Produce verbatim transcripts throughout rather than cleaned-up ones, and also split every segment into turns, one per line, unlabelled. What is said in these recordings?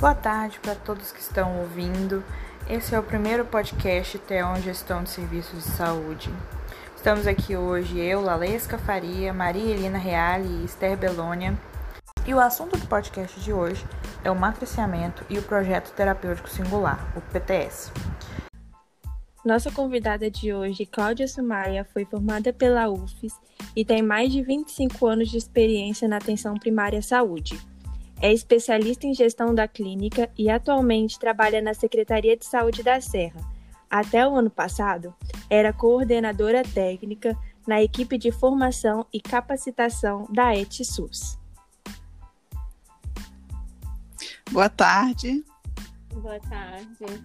Boa tarde para todos que estão ouvindo. Esse é o primeiro podcast T E O em Gestão de Serviços de Saúde. Estamos aqui hoje eu, Lalesca Faria, Maria Elina Reale e Esther Belônia. E o assunto do podcast de hoje é o matriciamento e o Projeto Terapêutico Singular, o P T S.
Nossa convidada de hoje, Cláudia Sumaia, foi formada pela U F S e tem mais de vinte e cinco anos de experiência na atenção primária à saúde. É especialista em gestão da clínica e atualmente trabalha na Secretaria de Saúde da Serra. Até o ano passado, era coordenadora técnica na equipe de formação e capacitação da E T SUS.
Boa tarde.
Boa tarde.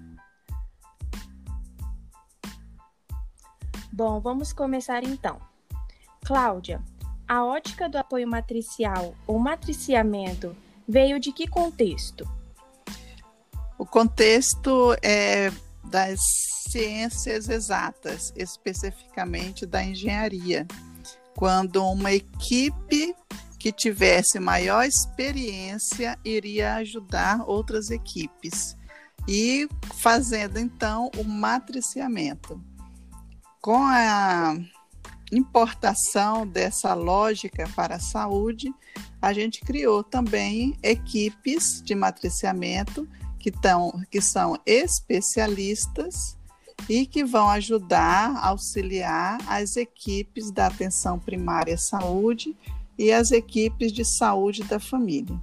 Bom, vamos começar então. Cláudia, a ótica do apoio matricial ou matriciamento veio de que contexto?
O contexto é das ciências exatas, especificamente da engenharia, quando uma equipe que tivesse maior experiência iria ajudar outras equipes e fazendo então o matriciamento. Com a importação dessa lógica para a saúde, a gente criou também equipes de matriciamento que, tão, que são especialistas e que vão ajudar, auxiliar as equipes da atenção primária à saúde e as equipes de saúde da família.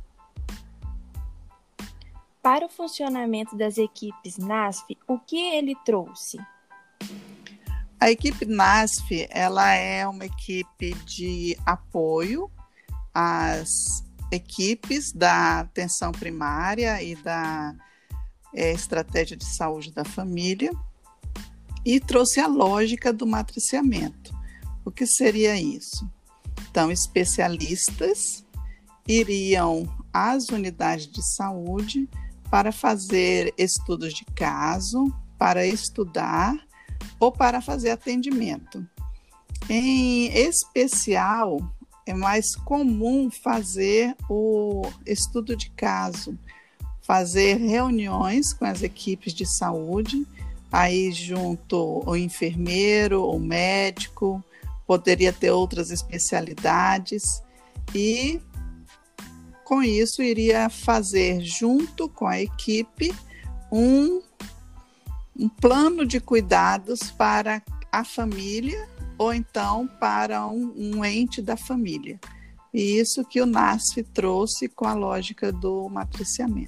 Para o funcionamento das equipes N A S F, o que ele trouxe?
A equipe N A S F, ela é uma equipe de apoio às equipes da atenção primária e da é, estratégia de saúde da família e trouxe a lógica do matriciamento. O que seria isso? Então, especialistas iriam às unidades de saúde para fazer estudos de caso, para estudar ou para fazer atendimento. Em especial, é mais comum fazer o estudo de caso, fazer reuniões com as equipes de saúde, aí junto o enfermeiro, o médico, poderia ter outras especialidades e com isso iria fazer junto com a equipe um um plano de cuidados para a família ou então para um, um ente da família. E isso que o N A S F trouxe com a lógica do matriciamento.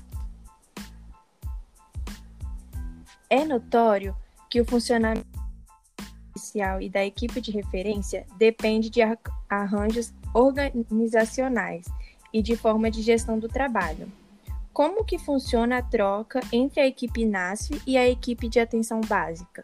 É notório que o funcionamento inicial e da equipe de referência depende de arranjos organizacionais e de forma de gestão do trabalho. Como que funciona a troca entre a equipe N A S F e a equipe de atenção básica?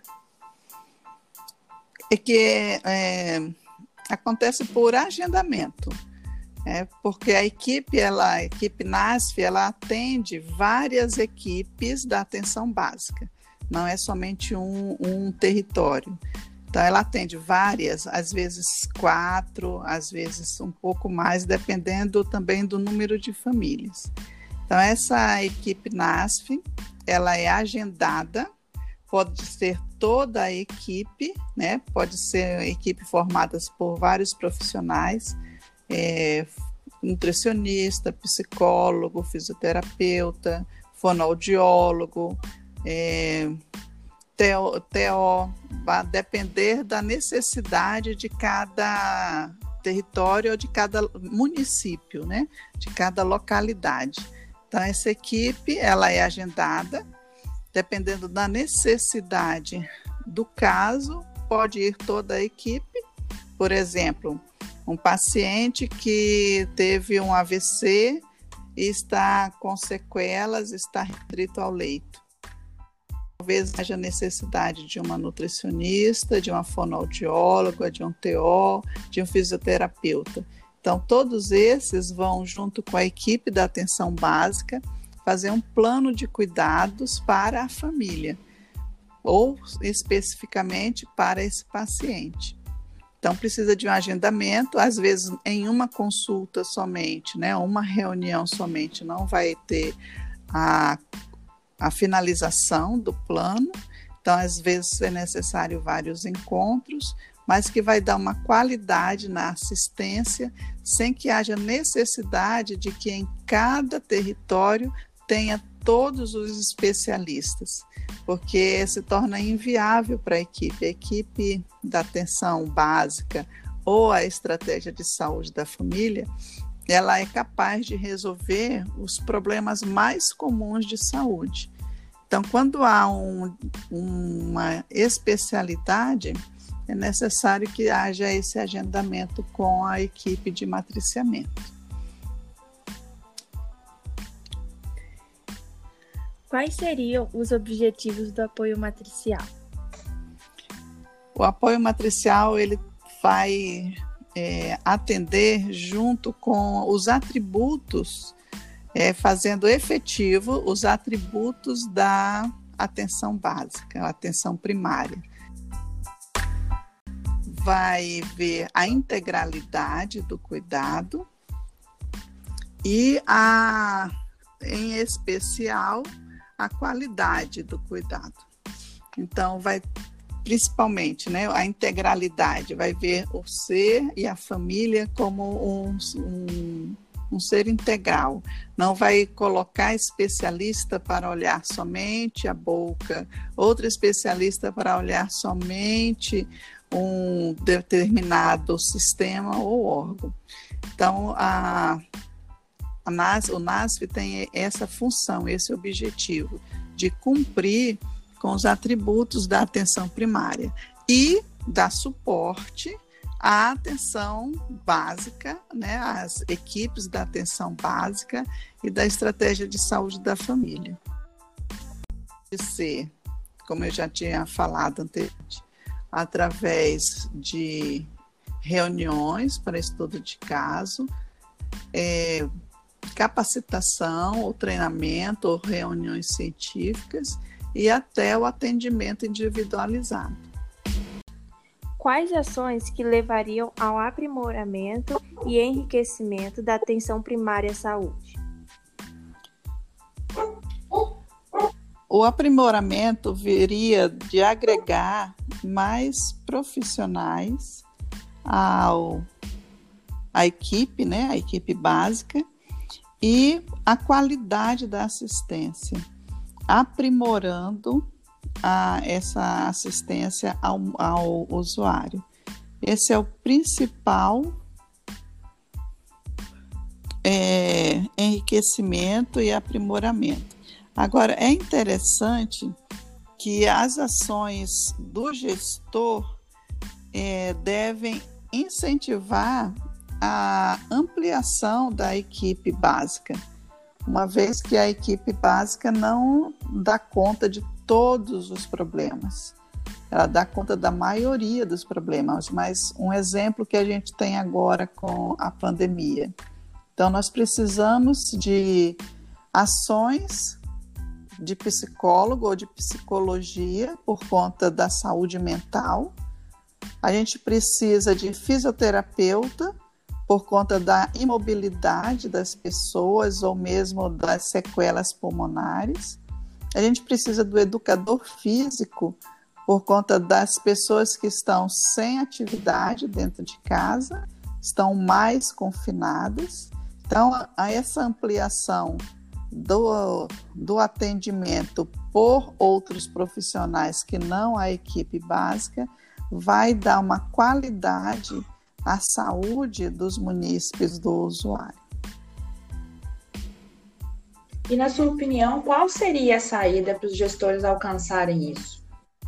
É que é, acontece por agendamento, é, porque a equipe, ela, a equipe N A S F, ela atende várias equipes da atenção básica, não é somente um, um território. Então, ela atende várias, às vezes quatro, às vezes um pouco mais, dependendo também do número de famílias. Então, essa equipe N A S F, ela é agendada, pode ser toda a equipe, né? Pode ser equipe formada por vários profissionais, é, nutricionista, psicólogo, fisioterapeuta, fonoaudiólogo, é, T O, T O, vai depender da necessidade de cada território ou de cada município, né? De cada localidade. Então, essa equipe, ela é agendada, dependendo da necessidade do caso, pode ir toda a equipe. Por exemplo, um paciente que teve um A V C e está com sequelas, está restrito ao leito. Talvez haja necessidade de uma nutricionista, de uma fonoaudióloga, de um T O, de um fisioterapeuta. Então, todos esses vão, junto com a equipe da atenção básica, fazer um plano de cuidados para a família, ou especificamente para esse paciente. Então, precisa de um agendamento, às vezes em uma consulta somente, né, uma reunião somente, não vai ter a, a finalização do plano. Então, às vezes é necessário vários encontros, mas que vai dar uma qualidade na assistência, sem que haja necessidade de que em cada território tenha todos os especialistas, porque se torna inviável para a equipe. A equipe da atenção básica ou a estratégia de saúde da família, ela é capaz de resolver os problemas mais comuns de saúde. Então, quando há um, uma especialidade, é necessário que haja esse agendamento com a equipe de matriciamento.
Quais seriam os objetivos do apoio matricial?
O apoio matricial ele vai é, atender junto com os atributos, é, fazendo efetivo os atributos da atenção básica, a atenção primária. Vai ver a integralidade do cuidado e, a, em especial, a qualidade do cuidado. Então, vai principalmente, né, a integralidade, vai ver o ser e a família como um, um, um ser integral. Não vai colocar especialista para olhar somente a boca, outro especialista para olhar somente um determinado sistema ou órgão. Então, a, a NAS, o NASF tem essa função, esse objetivo de cumprir com os atributos da atenção primária e dar suporte à atenção básica, né, às equipes da atenção básica e da estratégia de saúde da família. De ser, como eu já tinha falado anteriormente, através de reuniões para estudo de caso, é, capacitação ou treinamento ou reuniões científicas e até o atendimento individualizado.
Quais ações que levariam ao aprimoramento e enriquecimento da atenção primária à saúde?
O aprimoramento viria de agregar mais profissionais ao, à equipe, né, a equipe básica, e a qualidade da assistência, aprimorando a, essa assistência ao, ao usuário. Esse é o principal é, enriquecimento e aprimoramento. Agora, é interessante que as ações do gestor é, devem incentivar a ampliação da equipe básica, uma vez que a equipe básica não dá conta de todos os problemas. Ela dá conta da maioria dos problemas, mas um exemplo que a gente tem agora com a pandemia. Então, nós precisamos de ações de psicólogo ou de psicologia por conta da saúde mental. A gente precisa de fisioterapeuta por conta da imobilidade das pessoas ou mesmo das sequelas pulmonares. A gente precisa do educador físico por conta das pessoas que estão sem atividade dentro de casa, estão mais confinadas. Então, a essa ampliação Do, do atendimento por outros profissionais que não a equipe básica vai dar uma qualidade à saúde dos munícipes do usuário.
E, na sua opinião, qual seria a saída para os gestores alcançarem isso?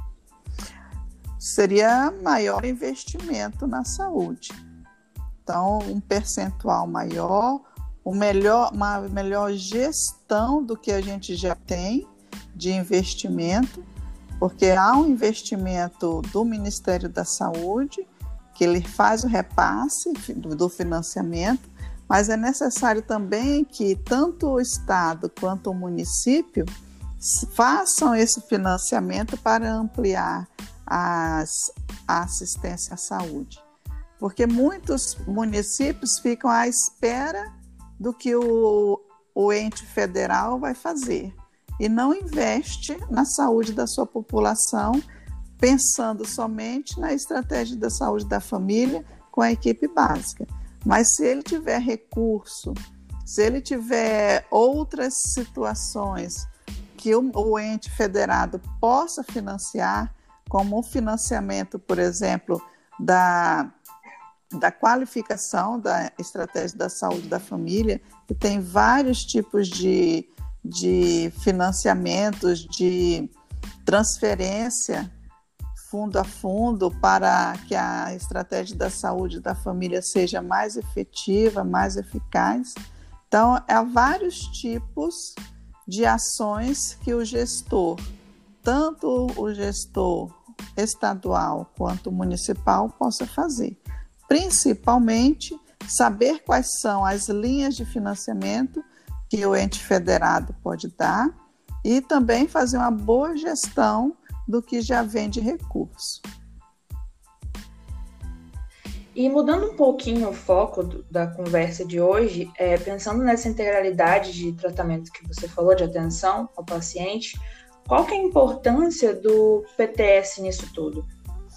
Seria maior investimento na saúde. Então, um percentual maior, O melhor, uma melhor gestão do que a gente já tem de investimento, porque há um investimento do Ministério da Saúde, que ele faz o repasse do financiamento, mas é necessário também que tanto o Estado quanto o município façam esse financiamento para ampliar as, a assistência à saúde. Porque muitos municípios ficam à espera do que o o ente federal vai fazer e não investe na saúde da sua população, pensando somente na estratégia da saúde da família com a equipe básica. Mas se ele tiver recurso, se ele tiver outras situações que o, o ente federado possa financiar, como o financiamento, por exemplo, da, da qualificação da estratégia da saúde da família, que tem vários tipos de, de financiamentos, de transferência fundo a fundo para que a estratégia da saúde da família seja mais efetiva, mais eficaz. Então, há vários tipos de ações que o gestor, tanto o gestor estadual quanto municipal, possa fazer. Principalmente, saber quais são as linhas de financiamento que o ente federado pode dar e também fazer uma boa gestão do que já vem de recurso.
E mudando um pouquinho o foco do, da conversa de hoje, é, pensando nessa integralidade de tratamento que você falou, de atenção ao paciente, qual que é a importância do P T S nisso tudo?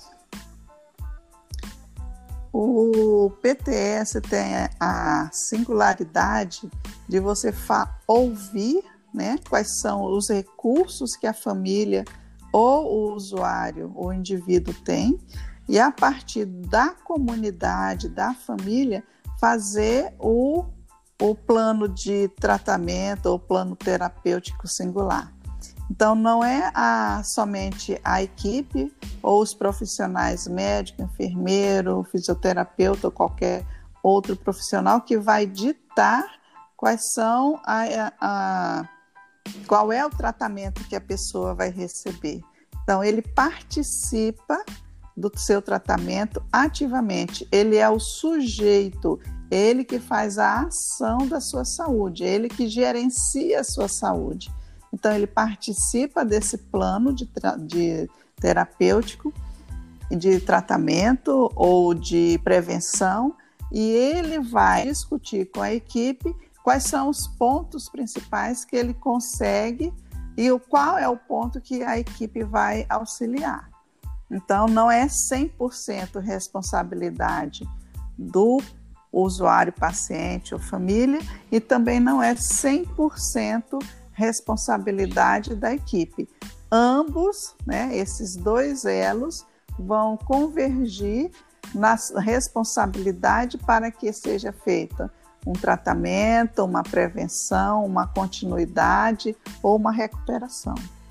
O P T S tem a singularidade de você ouvir, né, quais são os recursos que a família ou o usuário, o indivíduo tem, e a partir da comunidade, da família, fazer o, o plano de tratamento ou plano terapêutico singular. Então, não é a, somente a equipe ou os profissionais médico, enfermeiro, fisioterapeuta ou qualquer outro profissional que vai ditar quais são a, a qual é o tratamento que a pessoa vai receber. Então, ele participa do seu tratamento ativamente, ele é o sujeito, ele que faz a ação da sua saúde, ele que gerencia a sua saúde. Então, ele participa desse plano de, de terapêutico, de tratamento ou de prevenção, e ele vai discutir com a equipe quais são os pontos principais que ele consegue e o qual é o ponto que a equipe vai auxiliar. Então, não é cem por cento responsabilidade do usuário, paciente ou família, e também não é cem por cento responsabilidade da equipe. Ambos, né, esses dois elos, vão convergir na responsabilidade para que seja feita um tratamento, uma prevenção, uma continuidade ou uma recuperação.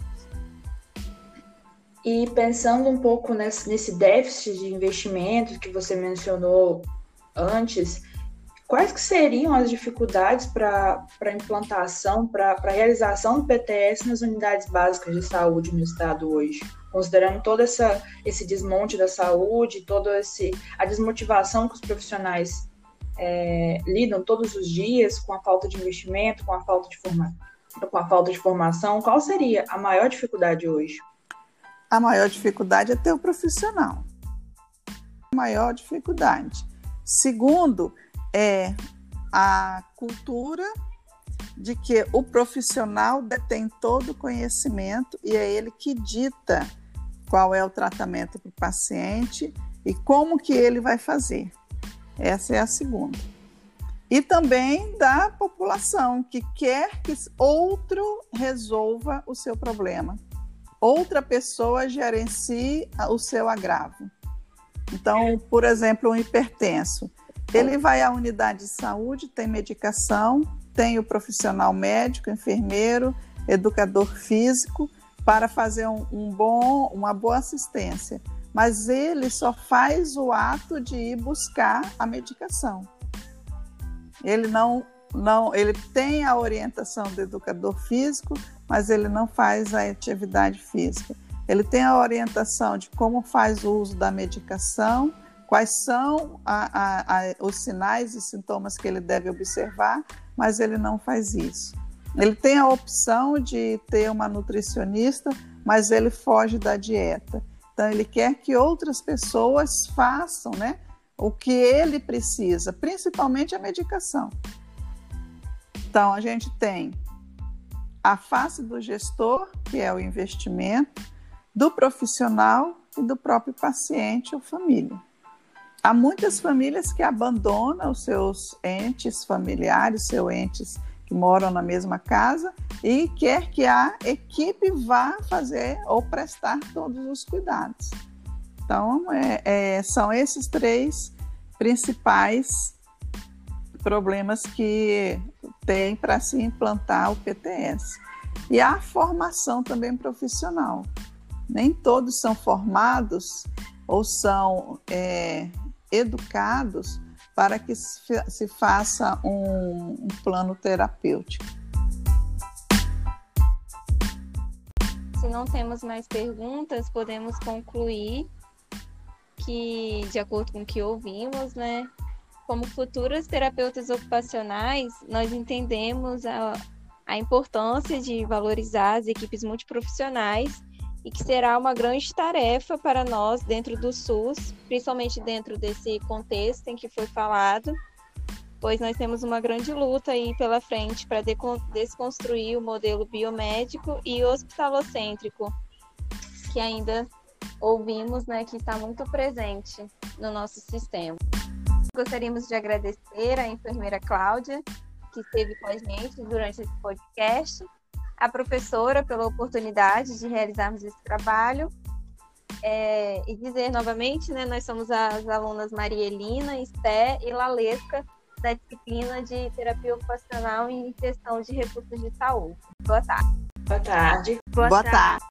E pensando um pouco nesse, nesse déficit de investimento que você mencionou antes, quais que seriam as dificuldades para a implantação, para a realização do P T S nas unidades básicas de saúde no estado hoje? Considerando todo essa, esse desmonte da saúde, toda esse, a desmotivação que os profissionais é, lidam todos os dias com a falta de investimento, com a falta de, forma, com a falta de formação, qual seria a maior dificuldade hoje?
A maior dificuldade é ter o profissional. A maior dificuldade. Segundo, é a cultura de que o profissional detém todo o conhecimento e é ele que dita qual é o tratamento para o paciente e como que ele vai fazer. Essa é a segunda. E também da população que quer que outro resolva o seu problema. Outra pessoa gerencie o seu agravo. Então, por exemplo, um hipertenso. Ele vai à unidade de saúde, tem medicação, tem o profissional médico, enfermeiro, educador físico, para fazer um, um bom, uma boa assistência. Mas ele só faz o ato de ir buscar a medicação. Ele não, não, ele tem a orientação do educador físico, mas ele não faz a atividade física. Ele tem a orientação de como faz o uso da medicação, quais são a, a, a, os sinais e sintomas que ele deve observar, mas ele não faz isso. Ele tem a opção de ter uma nutricionista, mas ele foge da dieta. Então, ele quer que outras pessoas façam, né, o que ele precisa, principalmente a medicação. Então, a gente tem a face do gestor, que é o investimento, do profissional e do próprio paciente ou família. Há muitas famílias que abandonam os seus entes familiares, seus entes que moram na mesma casa, e quer que a equipe vá fazer ou prestar todos os cuidados. Então, é, é, são esses três principais problemas que tem para se implantar o P T S. E a formação também profissional. Nem todos são formados ou são é, educados para que se faça um, um plano terapêutico.
Se não temos mais perguntas, podemos concluir que, de acordo com o que ouvimos, né, como futuras terapeutas ocupacionais, nós entendemos a, a importância de valorizar as equipes multiprofissionais e que será uma grande tarefa para nós dentro do SUS, principalmente dentro desse contexto em que foi falado, pois nós temos uma grande luta aí pela frente para desconstruir o modelo biomédico e hospitalocêntrico, que ainda ouvimos, né, que está muito presente no nosso sistema. Gostaríamos de agradecer à enfermeira Cláudia, que esteve com a gente durante esse podcast, a professora pela oportunidade de realizarmos esse trabalho, é, e dizer novamente, né, nós somos as alunas Maria Elina, Esté e Lalesca, da disciplina de Terapia Ocupacional e Gestão de Recursos de Saúde. Boa tarde.
Boa tarde.
Boa, Boa tarde. tarde.